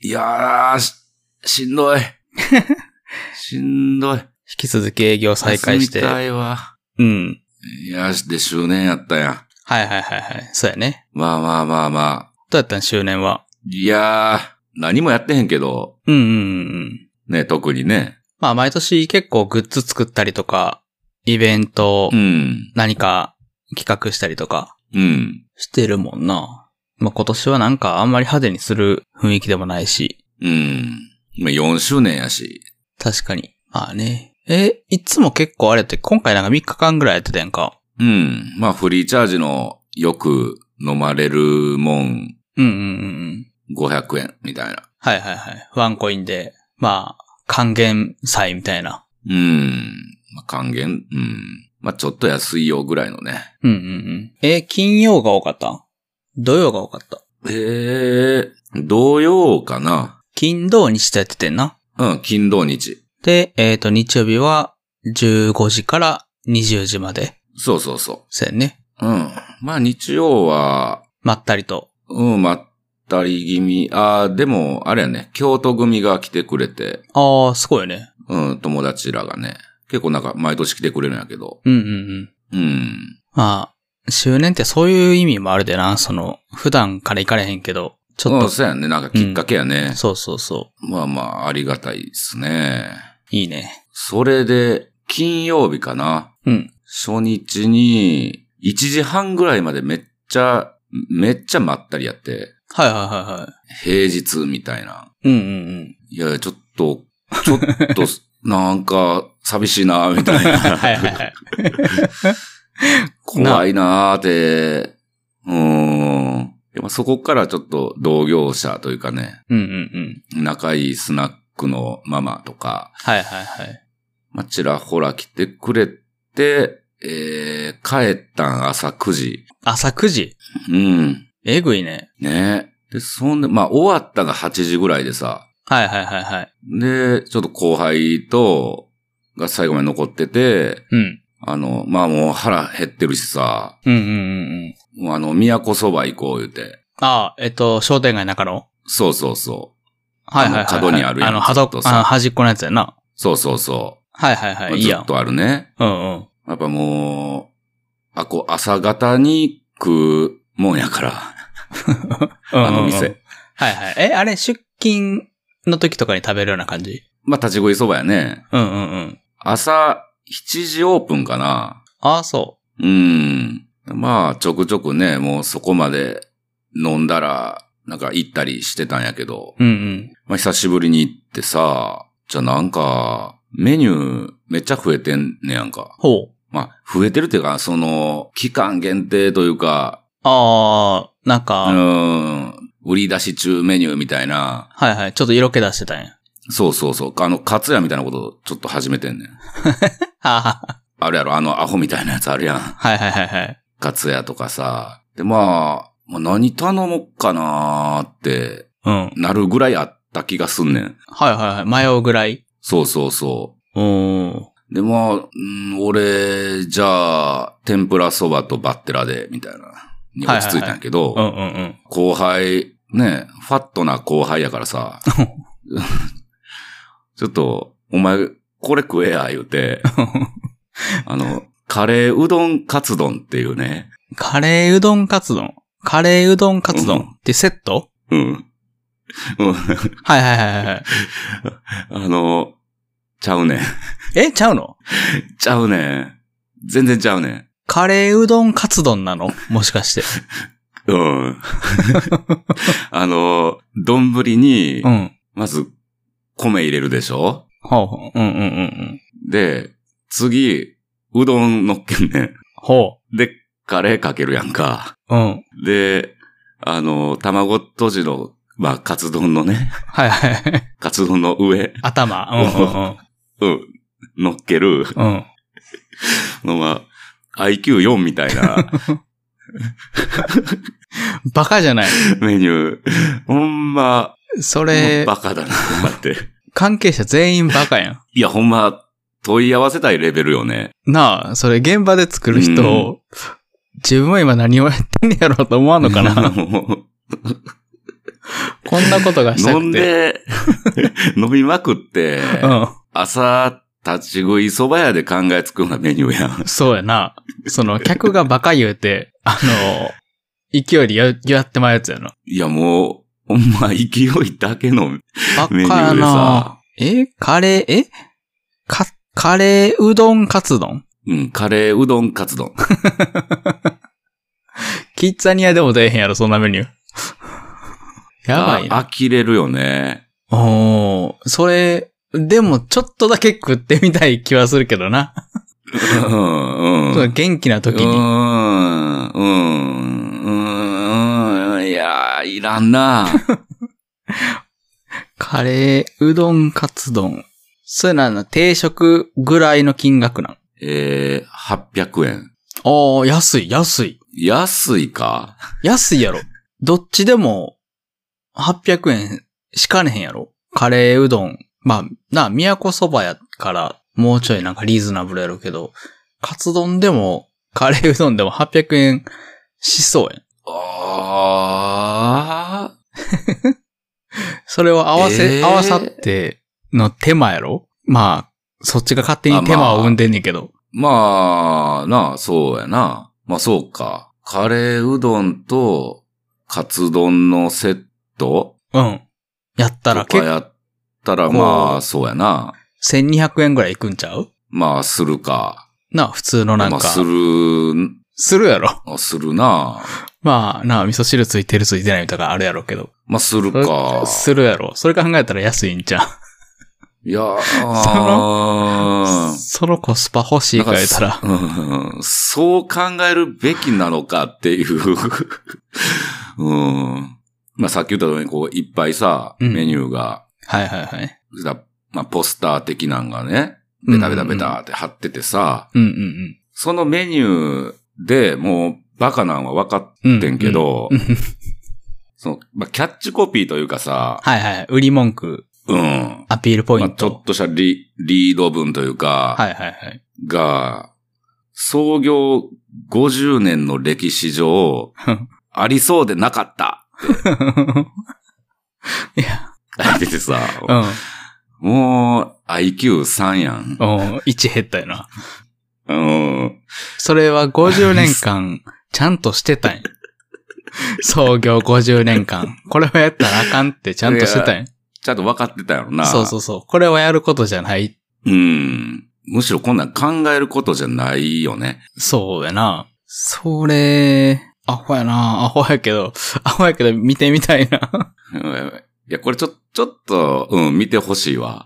いやー、しんどい。しんどい。 引き続き営業再開して。 休みたいわ。 うん。 いや、で、周年やったやん。 はいはいはいはい。そうやね。 まあ。 どうやったん周年は。 いやー、何もやってへんけど。ね、特にね。 まあ、毎年結構グッズ作ったりとか、イベント、何か企画したりとか、してるもんな。まあ、今年はなんかあんまり派手にする雰囲気でもないし。 まあ、4周年やし。 確かに。まあね。いつも結構あれって今回なんか3日間ぐらいやってたやんか。 まあ、フリーチャージのよく飲まれるもん。500円みたいな。 はいはいはい。ワンコインで、まあ、還元祭みたいな。 まあ、還元まあ、ちょっと安いよぐらいのね。 金曜が多かった？土曜が多かった？ 土曜かな。 金土日とやっててんな。 金土日。 で、日曜日は15時から20時まで。 そう。 そうやね。 まあ日曜は、 まったりと。 まったり気味。でも、あれやね、京都組が来てくれて。 すごいよね。 友達らがね。結構なんか毎年来てくれるんやけど。 まあ、周年ってそういう意味もあるでな。普段から行かれへんけど、ちょっと。 そうやね。なんかきっかけやね。 そう。 まあ、ありがたいですね。 いいね。 それで、金曜日かな。初日に、1時半ぐらいまでめっちゃまったりやって。 はい。 平日みたいな。いや、ちょっと、なんか、寂しいな、みたいな。 はい。 怖いなーって。でもそこからちょっと同業者というかね。仲いいスナックのママとか。 はい。 まあ、ちらほら来てくれて、帰ったん朝9時。 朝9時？えぐいね。 ね。で、まあ、終わったが8時ぐらいでさ。 はい。 で、ちょっと後輩が最後まで残ってて、まあもう腹減ってるしさ。もう都そば行こう言うて。 商店街の中の？ そう。 はい。 角にあるやん。 端っこのやつやな。 そう。 はい。いいやん。 ずっとあるね。 やっぱもう、朝方に食うもんやから。店。 はい。あれ、出勤の時とかに食べるような感じ？ まあ、立ち食いそばやね。朝7時オープンかな。 そう。 まあ、ちょくちょくね、もうそこまで飲んだら、なんか行ったりしてたんやけど。まあ、久しぶりに行ってさ、じゃあなんか、メニューめっちゃ増えてんねやんか。まあ、増えてるっていうか、期間限定というか。 なんか。 売り出し中メニューみたいな。 はい。ちょっと色気出してたんや。 そう。カツヤみたいなことちょっと始めてんねん。あるやろ、アホみたいなやつあるやん。 はい。 カツヤとかさ。で、まあ、何頼もうかなーって、なるぐらいあった気がすんねん。 はい。迷うぐらい。 そう。で、まあ、俺、じゃあ、天ぷらそばとバッテラで、みたいな、に落ち着いたんやけど、後輩、ね、ファットな後輩やからさ、ちょっと、お前、これ食えや、言うて、カレーうどんカツ丼っていうね。 カレーうどんカツ丼ってセット？はい。 ちゃうねん。 ちゃうの？ ちゃうねん。全然ちゃうねん。 カレーうどんカツ丼なの？もしかして。 丼に、まず、米入れるでしょ？で、次、うどん乗っけんねん。で、カレーかけるやんか。で、卵とじの、まあ、カツ丼のね。 はい。 カツ丼の上。 頭。 乗っける。まあ、IQ4 みたいな。 バカじゃない。 メニュー。ほんま。 それ。 バカだな、ほんまって。 関係者全員バカやん。 いや、ほんま、問い合わせたいレベルよね。 なあ、それ現場で作る人、自分は今何をやってんねやろうと思わんのかな。 こんなことがしたくて。 飲んで、飲みまくって、うん、朝、立ち食い蕎麦屋で考えつくようなメニューやん。 そうやな。客がバカ言うて、勢いでやってまうやつやな。 いや、もう、ほんま、勢いだけのメニューでさ。 カレーうどんカツ丼？ うん、カレーうどんカツ丼。 キッザニアでも出えへんやろ、そんなメニュー。やばいな。 呆れるよね。 それ、でもちょっとだけ食ってみたい気はするけどな。元気な時に。 いやー、いらんな。 カレー、うどん、カツ丼。そういうの定食ぐらいの金額なん。 800円。 安い。 安いか？ 安いやろ。どっちでも800円しかねへんやろ。カレーうどん。まあ、都そばやからもうちょいなんかリーズナブルやろうけど、カツ丼でもカレーうどんでも800円しそうやん。それを合わさっての手間やろ？まあ、そっちが勝手に手間を生んでんねんけど。 まあ、そうやな。まあそうか。カレーうどんとカツ丼のセット？ うん。やったらやったらまあ、そうやな。 1200円ぐらいいくんちゃう？ まあ、するか。 普通のなんか。まあ、 するやろ。 するな。 まあ、味噌汁ついてるついてないとかあるやろうけど。 まあ、するか。 するやろ。それ考えたら安いんちゃう。 いやそのコスパ欲しいか言ったら。 そう考えるべきなのかっていう。まあ、さっき言ったように、こう、いっぱいさ、メニューが。 はいはいはい。 まあ、ポスター的なんがね、ベタって貼っててさ、そのメニューでもう、バカなんは分かってんけど、まあ、キャッチコピーというかさ、 はいはい、売り文句。アピールポイント。 まあ、ちょっとしたリード文というか、 はいはいはい。 が、創業50年の歴史上、ありそうでなかった。 いや。 書いててさ、もう IQ3 やん。 1減ったよな。それは50年間、ちゃんとしてたんや。創業50年間。これはやったらあかんってちゃんとしてたんや。 ちゃんと分かってたやろな。 そう。これはやることじゃない。 むしろこんなん考えることじゃないよね。 そうやな。それ、アホやけど見てみたいな。 いや、これちょっと、見てほしいわ。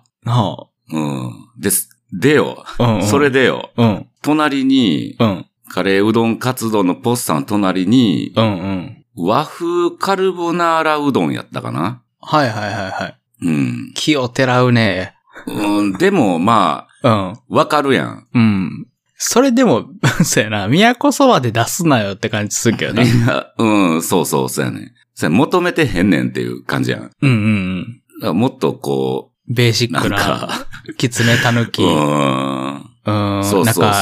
でよ。それでよ。隣に、カレーうどんカツ丼のポスターの隣に、和風カルボナーラうどんやったかな？ はい。気をてらうね。 でも、まあ、わかるやん。 それでも、そうやな、都そばで出すなよって感じするけどね。 そうやね。求めてへんねんっていう感じやん。もっとこう、ベーシックな、きつねたぬき。 そう。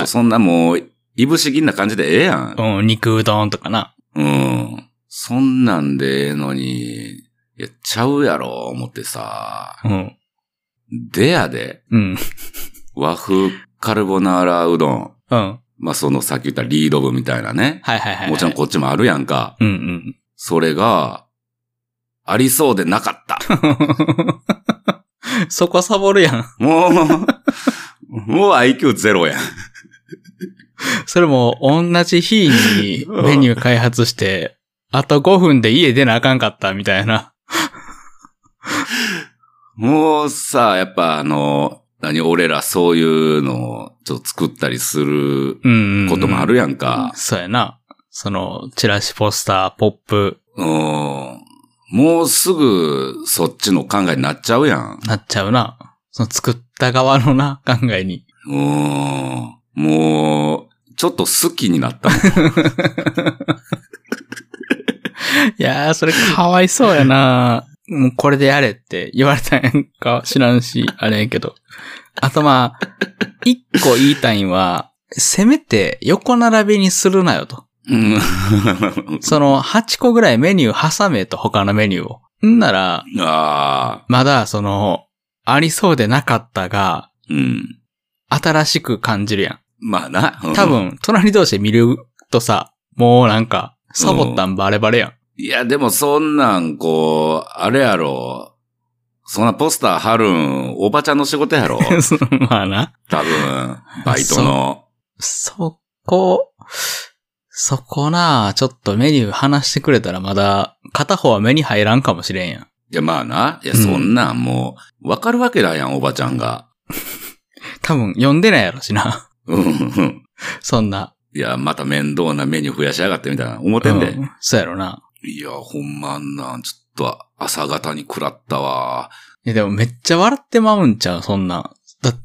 そんなもう、いぶし銀な感じでええやん。 肉うどんとかな。 そんなんでええのに、やっちゃうやろ、思ってさ。でやで。和風カルボナーラうどん。まあ、さっき言ったリード部みたいなね。 はい。 もちろんこっちもあるやんか。それが、ありそうでなかった。 そこサボるやん。 もう IQ0 やん。 それも同じ日にメニュー開発して、あと5分で家出なあかんかったみたいな。 もうさ、やっぱ俺らそういうのをちょっと作ったりすることもあるやんか。 そうやな。チラシポスター、ポップ。 もうすぐそっちの考えになっちゃうやん。 なっちゃうな。作った側のな、考えに。 もう、ちょっと好きになったもん。 いやー、それかわいそうやな。もうこれでやれって言われたんやんか知らんし、あれやけど。あとまあ、一個言いたいんは、せめて横並びにするなよと。8個ぐらいメニュー挟めと他のメニューを。 んなら、まだありそうでなかったが、新しく感じるやん。 まあな。 多分、隣同士で見るとさ、もうなんか、サボったんバレバレやん。 いや、でもそんなんあれやろ。そんなポスター貼るん、おばちゃんの仕事やろ。 まあな。 多分、バイトの。 そこな、ちょっとメニュー話してくれたらまだ、片方は目に入らんかもしれんやん。 いや、まあな。いや、そんなんもう、わかるわけだやん、おばちゃんが。 多分、読んでないやろしな。そんな。 いや、また面倒なメニュー増やしやがってみたいな、思ってんで。 そうやろな。 いや、ほんまちょっと、朝方に食らったわ。 いや、でもめっちゃ笑ってまうんちゃう、そんな。だって、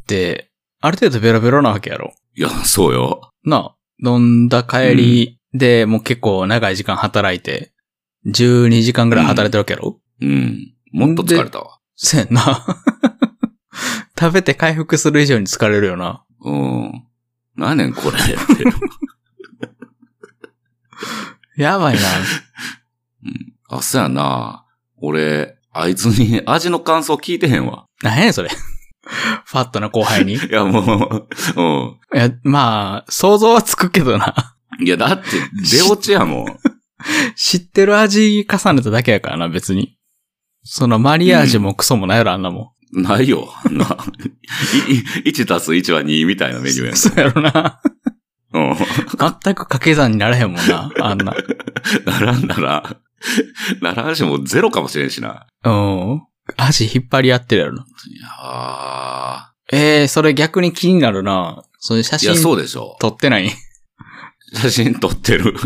ある程度ベロベロなわけやろ。 いや、そうよ。 なあ、飲んだ帰りで、もう結構長い時間働いて、12時間ぐらい働いてるわけやろ。 もっと疲れたわ。 そうやんな。食べて回復する以上に疲れるよな。 何年これ。 やばいな。 そうやな。俺、あいつに味の感想聞いてへんわ。 何やねん、それ。ファットな後輩に。いや、もう、いや、まあ、想像はつくけどな。 いや、だって、出落ちやもん。 知ってる味重ねただけやからな、別に。そのマリアージュもクソもないやろ、あんなもん。ないよ。1足す1は2みたいなメニューやん。 そうやろな。全く掛け算にならへんもんな、あんな。 ならんしもゼロかもしれんしな。 足引っ張り合ってるやろな。いやそれ逆に気になるな。それ写真。 いや、そうでしょ。 撮ってない？ 写真撮ってる。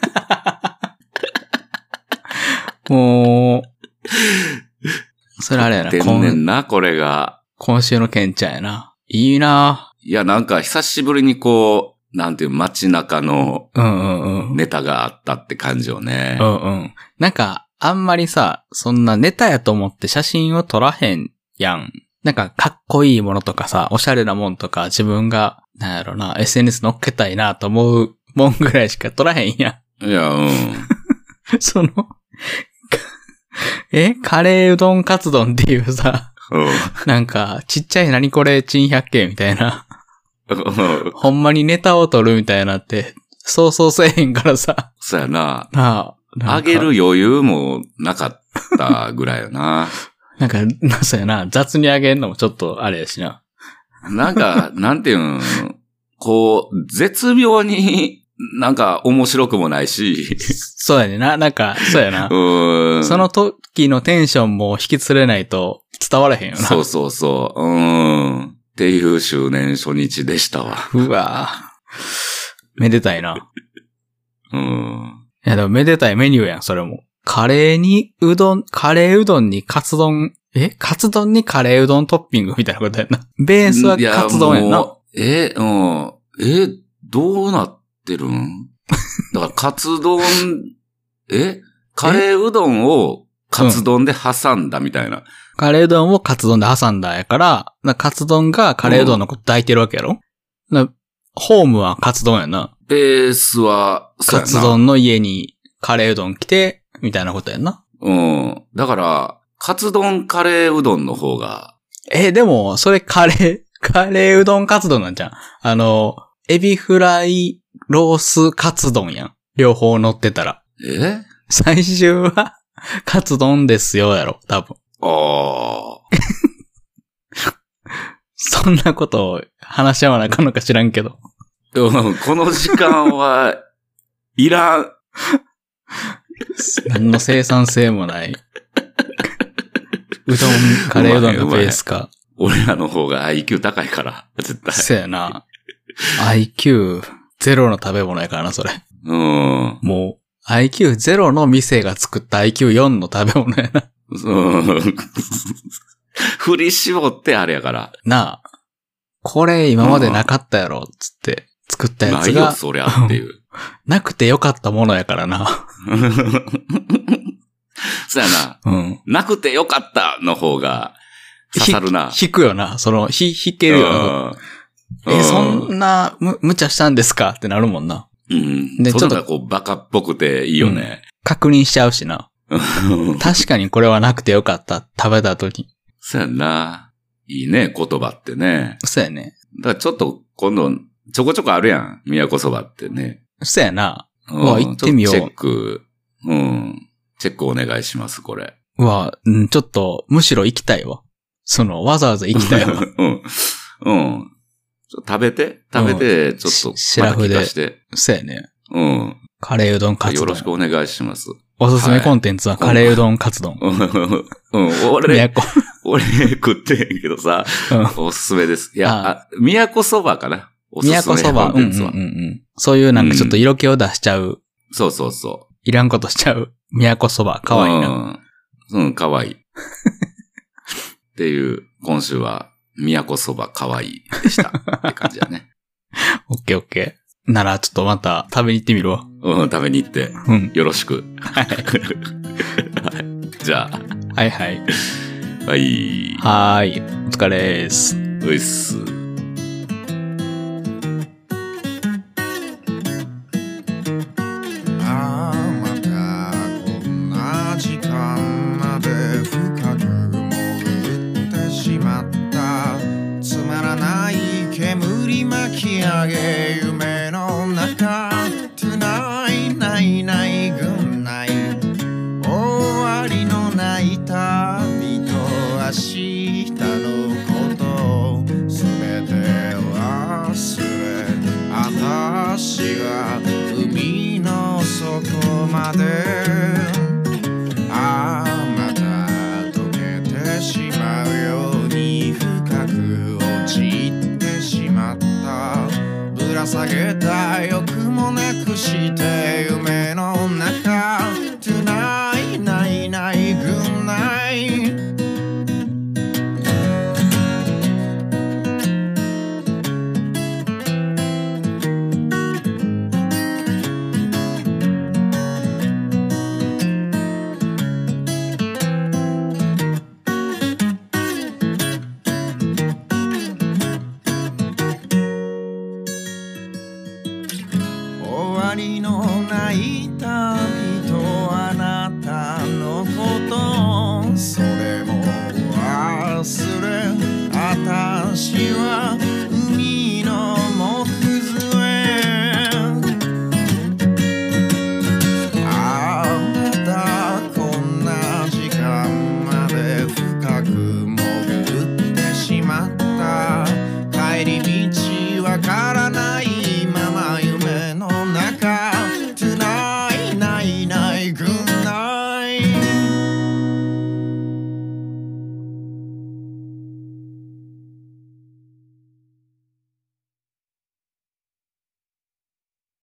もう、それあれやな。 天然な、これが。 今週のケンちゃんやな。いいな。 いや、なんか久しぶりになんていう街中のネタがあったって感じよね。 なんか、あんまりさ、そんなネタやと思って写真を撮らへんやん。なんか、かっこいいものとかさ、おしゃれなもんとか、自分が、なんやろな、SNS 乗っけたいなと思うもんぐらいしか撮らへんやん。いや、 カレーうどんカツ丼っていうさ、なんか、ちっちゃい何これ珍百景みたいな。ほんまにネタを撮るみたいなって、そうそうせえへんからさ。 そうやな。あげる余裕もなかったぐらいよな。 なんか、そうやな。雑にあげんのもちょっとあれやしな。 なんか、なんていうん、絶妙になんか面白くもないし。 そうやねな。なんか、そうやな。その時のテンションも引き連れないと伝わらへんよな。 そう。っていう周年初日でしたわ。 うわめでたいな。いやでもめでたいメニューやん、それも。カレーうどんにカツ丼、カツ丼にカレーうどんトッピングみたいなことやな。ベースはカツ丼やんな。 どうなってるん？だからカツ丼、カレーうどんをカツ丼で挟んだみたいな。 カレーうどんをカツ丼で挟んだやから、カツ丼がカレーうどんのこと抱いてるわけやろ？ホームはカツ丼やな。 ベースは、 カツ丼の家にカレーうどん来て、みたいなことやんな。 だから、カツ丼カレーうどんの方が。 でも、それカレーうどんカツ丼なんじゃん。エビフライロースカツ丼やん。両方乗ってたら。最終は、カツ丼ですよ、やろ、多分。そんなことを話し合わなあかんのか知らんけど。 この時間は、いらん。 何の生産性もない。カレーうどんのベースか。 俺らの方が IQ 高いから、絶対。 そうやな。IQ ゼロの食べ物やからな、それ。もう、IQ ゼロの店が作った IQ 4の食べ物やな。 振り絞ってあれやから。 なあ。これ今までなかったやろ、つって作ったやつが。 ないよ、そりゃっていう。 なくてよかったものやからな。 そうやな。なくてよかったの方が刺さるな。 引くよな。弾けるよな。そんな無茶したんですかってなるもんな。 で、ちょっとバカっぽくていいよね。 確認しちゃうしな。 確かにこれはなくてよかった。食べた後に。 そうやんな。いいね、言葉ってね。 そうやね。 だからちょっと今度、ちょこちょこあるやん。都そばってね。 そうやな。行ってみよう。 チェックお願いします、これ。 ちょっと、むしろ行きたいわ。わざわざ行きたいわ。 食べて、ちょっと、 シラフで。そうやね。カレーうどんカツ丼。 よろしくお願いします。 おすすめコンテンツはカレーうどんカツ丼。 俺食ってへんけどさ、おすすめです。いや、都そばかな。おすすめコンテンツは。 そういうなんかちょっと色気を出しちゃう。 そうそうそう。 いらんことしちゃう。都そば。かわいいな。 かわいい。っていう、今週は、都そばかわいいでした。って感じだね。 オッケーオッケー。なら、ちょっとまた食べに行ってみるわ。 食べに行って。よろしく。はい。じゃあ。 はいはい。 はい。 はい。お疲れです。 うっす。 夢の中 Tonight ないない軍内終わりのない旅と明日のことすべて忘れ私は海の底までまた溶けてしまうように深く落ちてしまったぶら下げた欲もなくして夢の中 Tonight ないない Good night終わりのない旅とあなたのことそれも忘れ私は海の藻崩れまたこんな時間まで深く潜ってしまった帰り道わからないまま夢の中 Tonight ないない Good